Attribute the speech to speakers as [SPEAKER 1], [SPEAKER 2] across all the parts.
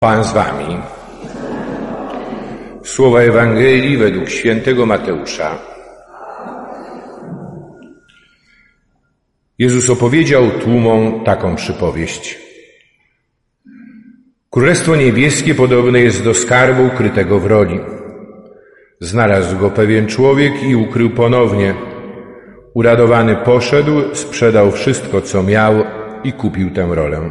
[SPEAKER 1] Pan z wami. Słowa Ewangelii według świętego Mateusza. Jezus opowiedział tłumom taką przypowieść. Królestwo niebieskie podobne jest do skarbu ukrytego w roli. Znalazł go pewien człowiek i ukrył ponownie. Uradowany poszedł, sprzedał wszystko, co miał i kupił tę rolę.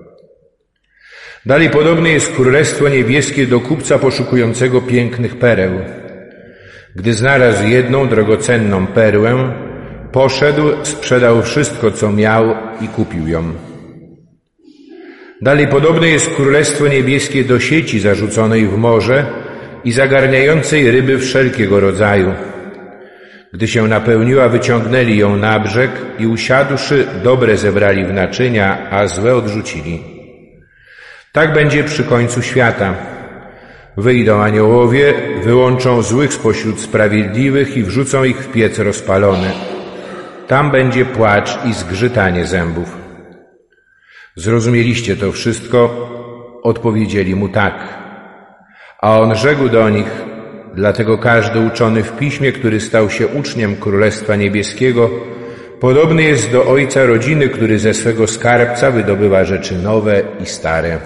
[SPEAKER 1] Dalej podobne jest Królestwo Niebieskie do kupca poszukującego pięknych pereł. Gdy znalazł jedną drogocenną perłę, poszedł, sprzedał wszystko, co miał i kupił ją. Dalej podobne jest Królestwo Niebieskie do sieci zarzuconej w morze i zagarniającej ryby wszelkiego rodzaju. Gdy się napełniła, wyciągnęli ją na brzeg i usiadłszy, dobre zebrali w naczynia, a złe odrzucili. Tak będzie przy końcu świata. Wyjdą aniołowie, wyłączą złych spośród sprawiedliwych i wrzucą ich w piec rozpalony. Tam będzie płacz i zgrzytanie zębów. Zrozumieliście to wszystko? Odpowiedzieli mu tak. A on rzekł do nich, dlatego każdy uczony w piśmie, który stał się uczniem Królestwa Niebieskiego, podobny jest do ojca rodziny, który ze swego skarbca wydobywa rzeczy nowe i stare.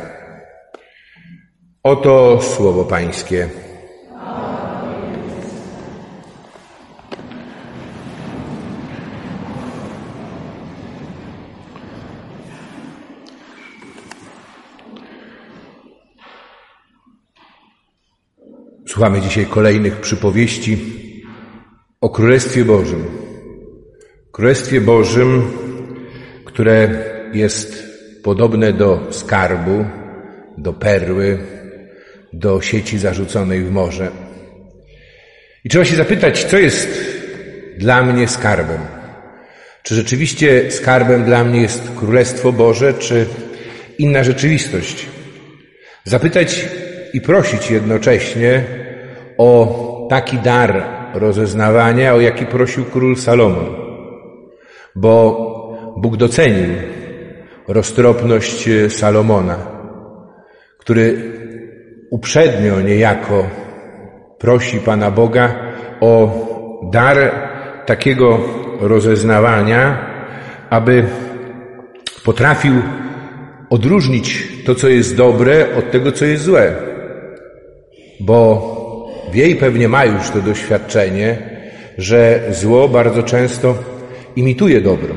[SPEAKER 1] Oto słowo Pańskie. Słuchamy dzisiaj kolejnych przypowieści o Królestwie Bożym. Królestwie Bożym, które jest podobne do skarbu, do perły, do sieci zarzuconej w morze. I trzeba się zapytać, co jest dla mnie skarbem? Czy rzeczywiście skarbem dla mnie jest Królestwo Boże, czy inna rzeczywistość? Zapytać i prosić jednocześnie o taki dar rozeznawania, o jaki prosił król Salomon. Bo Bóg docenił roztropność Salomona, który uprzednio niejako prosi Pana Boga o dar takiego rozeznawania, aby potrafił odróżnić to, co jest dobre, od tego, co jest złe. Bo wie i pewnie ma już to doświadczenie, że zło bardzo często imituje dobro.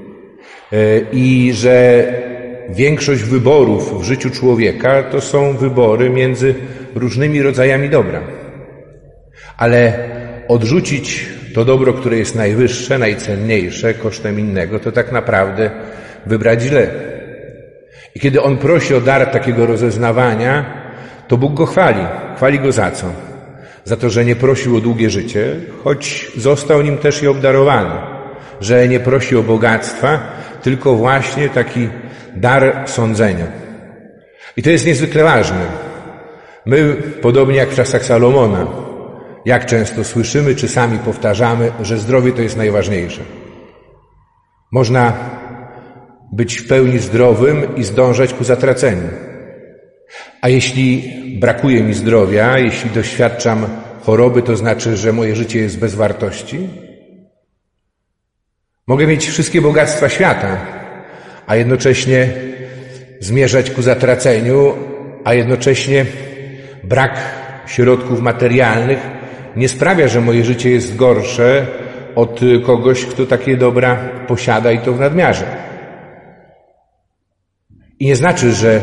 [SPEAKER 1] I że większość wyborów w życiu człowieka to są wybory między różnymi rodzajami dobra. Ale odrzucić to dobro, które jest najwyższe, najcenniejsze, kosztem innego, to tak naprawdę wybrać źle. I kiedy on prosi o dar takiego rozeznawania, to Bóg go chwali. Chwali go za co? Za to, że nie prosił o długie życie, choć został nim też i obdarowany. Że nie prosi o bogactwa, tylko właśnie taki dar sądzenia. I to jest niezwykle ważne. My, podobnie jak w czasach Salomona, jak często słyszymy, czy sami powtarzamy, że zdrowie to jest najważniejsze. Można być w pełni zdrowym i zdążać ku zatraceniu. A jeśli brakuje mi zdrowia, jeśli doświadczam choroby, to znaczy, że moje życie jest bez wartości? Mogę mieć wszystkie bogactwa świata, a jednocześnie zmierzać ku zatraceniu, a jednocześnie brak środków materialnych nie sprawia, że moje życie jest gorsze od kogoś, kto takie dobra posiada i to w nadmiarze. I nie znaczy, że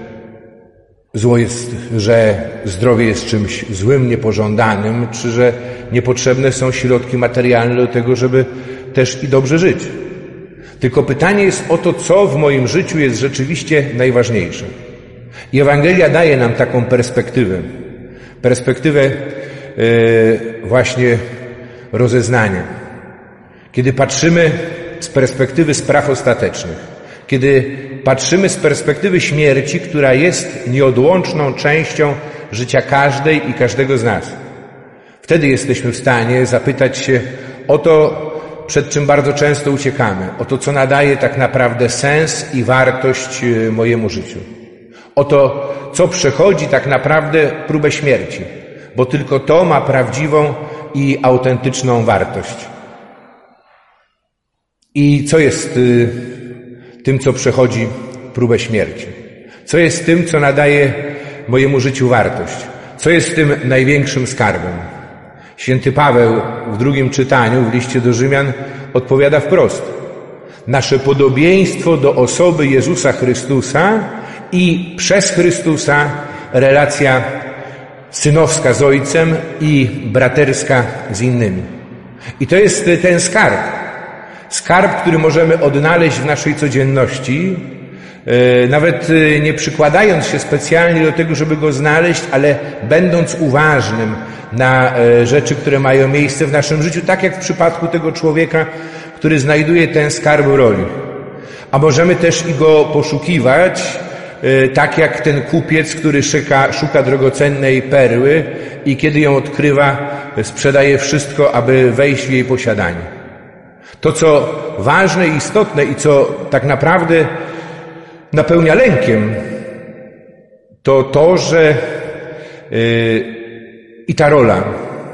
[SPEAKER 1] że zdrowie jest czymś złym, niepożądanym, czy że niepotrzebne są środki materialne do tego, żeby też i dobrze żyć. Tylko pytanie jest o to, co w moim życiu jest rzeczywiście najważniejsze. I Ewangelia daje nam taką perspektywę. Perspektywę właśnie rozeznania. Kiedy patrzymy z perspektywy spraw ostatecznych, kiedy patrzymy z perspektywy śmierci, która jest nieodłączną częścią życia każdej i każdego z nas. Wtedy jesteśmy w stanie zapytać się o to, przed czym bardzo często uciekamy, o to, co nadaje tak naprawdę sens i wartość mojemu życiu. o to, co przechodzi tak naprawdę próbę śmierci, bo tylko to ma prawdziwą i autentyczną wartość. I co jest tym, co przechodzi próbę śmierci? Co jest tym, co nadaje mojemu życiu wartość? Co jest tym największym skarbem? Święty Paweł w drugim czytaniu w liście do Rzymian odpowiada wprost. Nasze podobieństwo do osoby Jezusa Chrystusa i przez Chrystusa relacja synowska z Ojcem i braterska z innymi. I to jest ten skarb. Skarb, który możemy odnaleźć w naszej codzienności, nawet nie przykładając się specjalnie do tego, żeby go znaleźć, ale będąc uważnym na rzeczy, które mają miejsce w naszym życiu, tak jak w przypadku tego człowieka, który znajduje ten skarb w roli. A możemy też i go poszukiwać, tak jak ten kupiec, który szuka drogocennej perły i kiedy ją odkrywa, sprzedaje wszystko, aby wejść w jej posiadanie. To, co ważne i istotne i co tak naprawdę napełnia lękiem, to to, że i ta rola,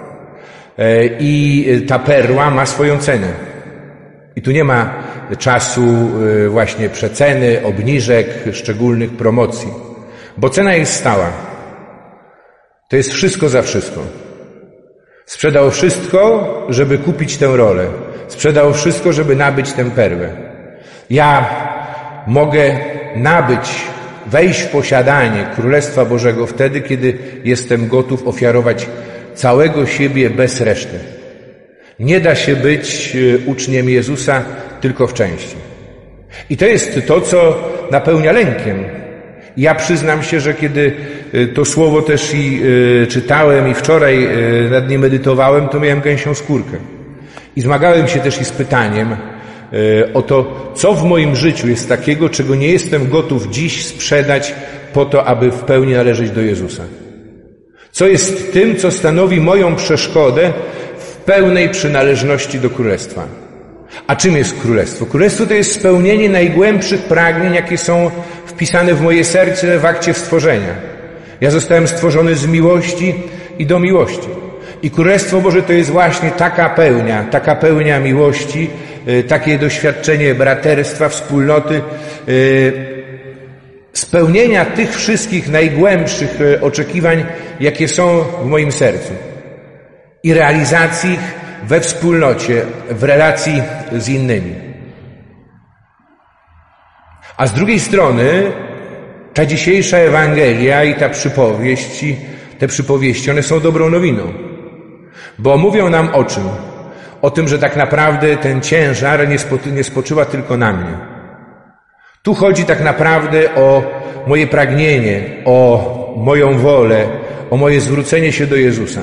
[SPEAKER 1] i ta perła ma swoją cenę. I tu nie ma czasu właśnie przeceny, obniżek, szczególnych promocji, bo cena jest stała. To jest wszystko za wszystko. Sprzedał wszystko, żeby kupić tę rolę. Sprzedał wszystko, żeby nabyć tę perłę. Ja mogę wejść w posiadanie Królestwa Bożego wtedy, kiedy jestem gotów ofiarować całego siebie bez reszty. Nie da się być uczniem Jezusa tylko w części. I to jest to, co napełnia lękiem. Ja przyznam się, że kiedy to słowo też i czytałem i wczoraj nad nim medytowałem, to miałem gęsią skórkę. I zmagałem się też i z pytaniem o to, co w moim życiu jest takiego, czego nie jestem gotów dziś sprzedać po to, aby w pełni należeć do Jezusa. Co jest tym, co stanowi moją przeszkodę w pełnej przynależności do Królestwa. A czym jest Królestwo? Królestwo to jest spełnienie najgłębszych pragnień, jakie są wpisane w moje serce w akcie stworzenia. Ja zostałem stworzony z miłości i do miłości. I Królestwo Boże to jest właśnie taka pełnia miłości, takie doświadczenie braterstwa, wspólnoty, spełnienia tych wszystkich najgłębszych oczekiwań, jakie są w moim sercu. I realizacji ich we wspólnocie, w relacji z innymi. A z drugiej strony ta dzisiejsza Ewangelia i te przypowieści, one są dobrą nowiną. Bo mówią nam o czym? O tym, że tak naprawdę ten ciężar nie spoczywa tylko na mnie. Tu chodzi tak naprawdę o moje pragnienie, o moją wolę, o moje zwrócenie się do Jezusa.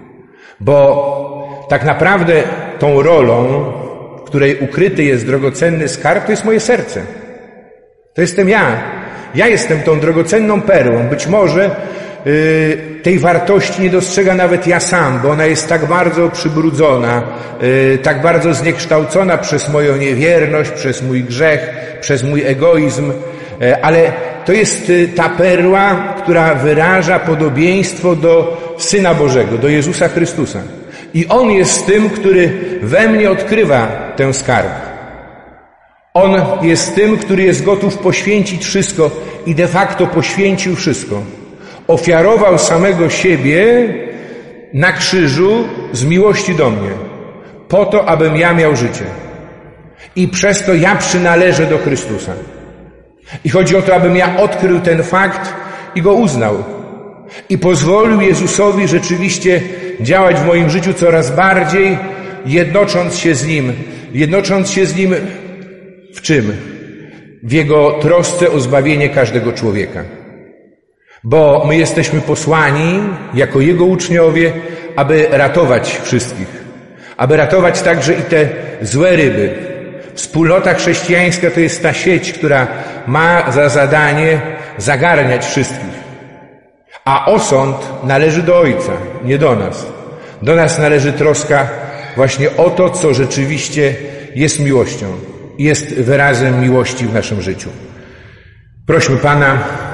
[SPEAKER 1] Bo tak naprawdę tą rolą, w której ukryty jest drogocenny skarb, to jest moje serce. To jestem ja. Ja jestem tą drogocenną perłą. Być może tej wartości nie dostrzega nawet ja sam, bo ona jest tak bardzo przybrudzona, tak bardzo zniekształcona przez moją niewierność, przez mój grzech, przez mój egoizm, ale to jest ta perła, która wyraża podobieństwo do Syna Bożego, do Jezusa Chrystusa. I On jest tym, który we mnie odkrywa tę skarb. On jest tym, który jest gotów poświęcić wszystko i de facto poświęcił wszystko. Ofiarował samego siebie na krzyżu z miłości do mnie, po to, abym ja miał życie. I przez to ja przynależę do Chrystusa. I chodzi o to, abym ja odkrył ten fakt i go uznał. I pozwolił Jezusowi rzeczywiście działać w moim życiu coraz bardziej, jednocząc się z Nim. Jednocząc się z Nim w czym? W Jego trosce o zbawienie każdego człowieka. Bo my jesteśmy posłani, jako Jego uczniowie, aby ratować wszystkich. Aby ratować także i te złe ryby. Wspólnota chrześcijańska to jest ta sieć, która ma za zadanie zagarniać wszystkich. A osąd należy do Ojca, nie do nas. Do nas należy troska właśnie o to, co rzeczywiście jest miłością. Jest wyrazem miłości w naszym życiu. Prośmy Pana,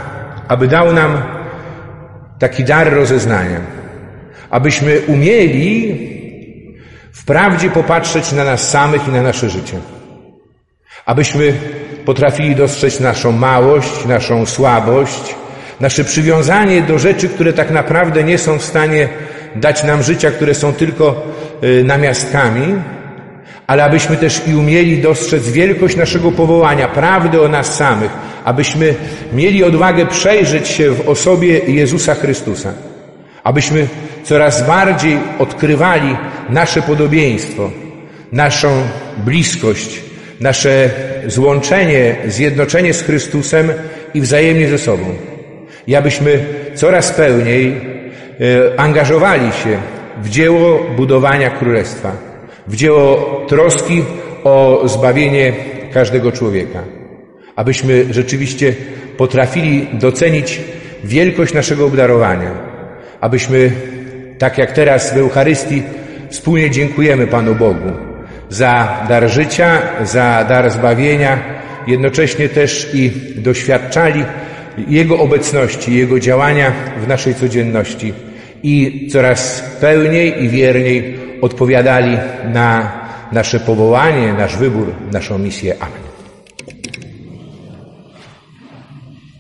[SPEAKER 1] aby dał nam taki dar rozeznania, abyśmy umieli wprawdzie popatrzeć na nas samych i na nasze życie, abyśmy potrafili dostrzec naszą małość, naszą słabość, nasze przywiązanie do rzeczy, które tak naprawdę nie są w stanie dać nam życia, które są tylko namiastkami, ale abyśmy też i umieli dostrzec wielkość naszego powołania, prawdę o nas samych, abyśmy mieli odwagę przejrzeć się w osobie Jezusa Chrystusa, abyśmy coraz bardziej odkrywali nasze podobieństwo, naszą bliskość, nasze złączenie, zjednoczenie z Chrystusem i wzajemnie ze sobą. I abyśmy coraz pełniej angażowali się w dzieło budowania Królestwa, w dzieło troski o zbawienie każdego człowieka. Abyśmy rzeczywiście potrafili docenić wielkość naszego obdarowania. Abyśmy, tak jak teraz w Eucharystii, wspólnie dziękujemy Panu Bogu za dar życia, za dar zbawienia, jednocześnie też i doświadczali Jego obecności, Jego działania w naszej codzienności i coraz pełniej i wierniej odpowiadali na nasze powołanie, nasz wybór, naszą misję. Amen.